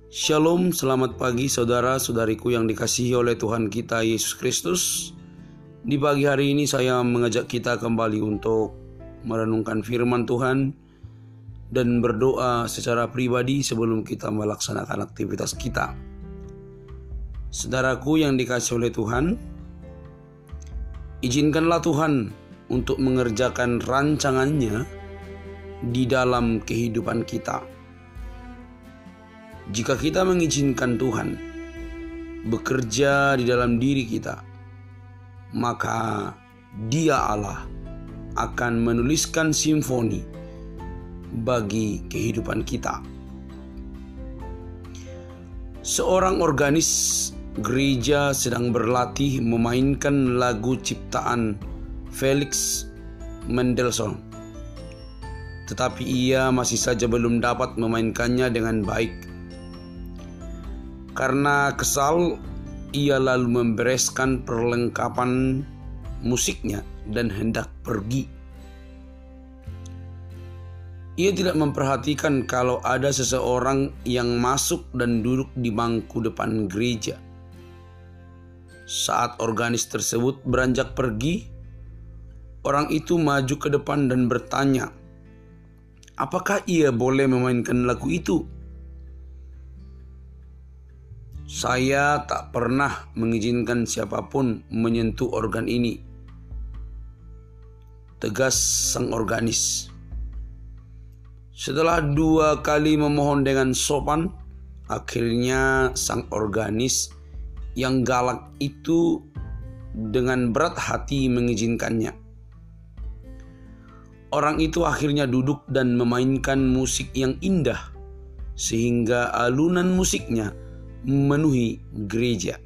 Shalom, selamat pagi saudara-saudariku yang dikasihi oleh Tuhan kita Yesus Kristus. Di pagi hari ini saya mengajak kita kembali untuk merenungkan firman Tuhan dan berdoa secara pribadi sebelum kita melaksanakan aktivitas kita. Saudaraku yang dikasihi oleh Tuhan, izinkanlah Tuhan untuk mengerjakan rancangannya di dalam kehidupan kita. Jika kita mengizinkan Tuhan bekerja di dalam diri kita, maka Dia Allah akan menuliskan simfoni bagi kehidupan kita. Seorang organis gereja sedang berlatih memainkan lagu ciptaan Felix Mendelssohn, tetapi ia masih saja belum dapat memainkannya dengan baik. Karena kesal, ia lalu membereskan perlengkapan musiknya dan hendak pergi. Ia tidak memperhatikan kalau ada seseorang yang masuk dan duduk di bangku depan gereja. Saat organis tersebut beranjak pergi, orang itu maju ke depan dan bertanya, apakah ia boleh memainkan lagu itu? Saya tak pernah mengizinkan siapapun menyentuh organ ini, tegas sang organis. Setelah 2 kali memohon dengan sopan, akhirnya sang organis yang galak itu dengan berat hati mengizinkannya. Orang itu akhirnya duduk dan memainkan musik yang indah, sehingga alunan musiknya memenuhi gereja.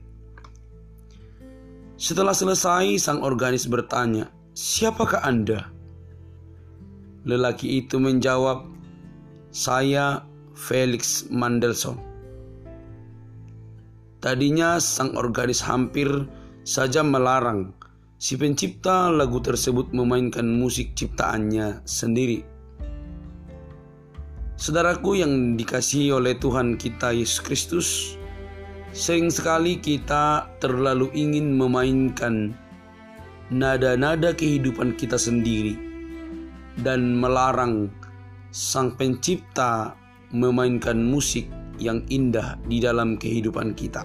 Setelah selesai, sang organis bertanya, "Siapakah Anda?" Lelaki itu menjawab, "Saya Felix Mendelssohn." Tadinya sang organis hampir saja melarang si pencipta lagu tersebut memainkan musik ciptaannya sendiri. Saudaraku yang dikasihi oleh Tuhan kita Yesus Kristus, sering sekali kita terlalu ingin memainkan nada-nada kehidupan kita sendiri dan melarang sang pencipta memainkan musik yang indah di dalam kehidupan kita.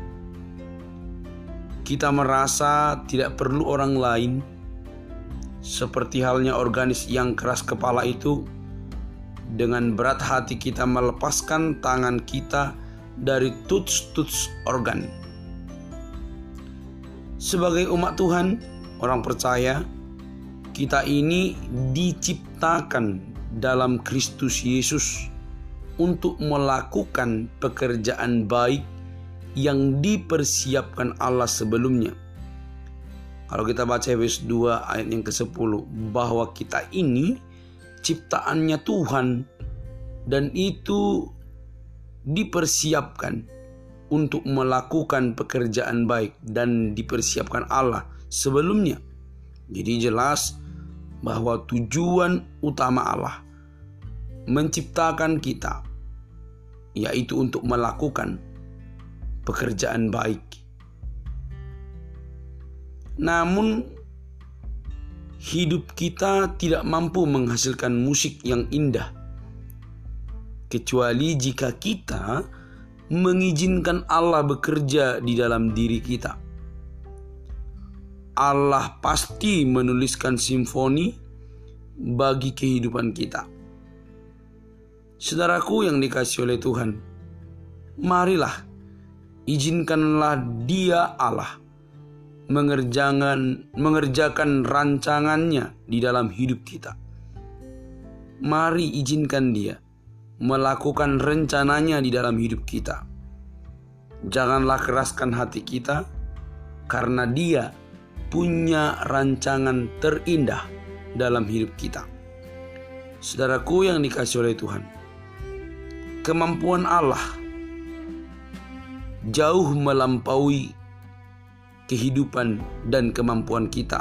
Kita merasa tidak perlu orang lain, seperti halnya organis yang keras kepala itu. Dengan berat hati kita melepaskan tangan kita dari tuts-tuts organ. Sebagai umat Tuhan, orang percaya, kita ini diciptakan dalam Kristus Yesus untuk melakukan pekerjaan baik yang dipersiapkan Allah sebelumnya. Kalau kita baca Efesus 2 ayat yang ke-10, bahwa kita ini ciptaannya Tuhan dan itu dipersiapkan untuk melakukan pekerjaan baik dan dipersiapkan Allah sebelumnya. Jadi jelas bahwa tujuan utama Allah menciptakan kita yaitu untuk melakukan pekerjaan baik. Namun hidup kita tidak mampu menghasilkan musik yang indah kecuali jika kita mengizinkan Allah bekerja di dalam diri kita. Allah pasti menuliskan simfoni bagi kehidupan kita. Saudaraku yang dikasihi oleh Tuhan, marilah izinkanlah Dia Allah mengerjakan rancangannya di dalam hidup kita. Mari izinkan Dia melakukan rencananya di dalam hidup kita. Janganlah keraskan hati kita, karena Dia punya rancangan terindah dalam hidup kita. Saudaraku yang dikasihi oleh Tuhan, kemampuan Allah jauh melampaui kehidupan dan kemampuan kita.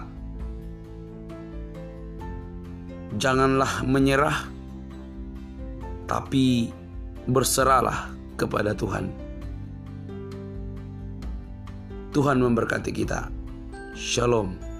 Janganlah menyerah, tapi berserahlah kepada Tuhan. Tuhan memberkati kita. Shalom.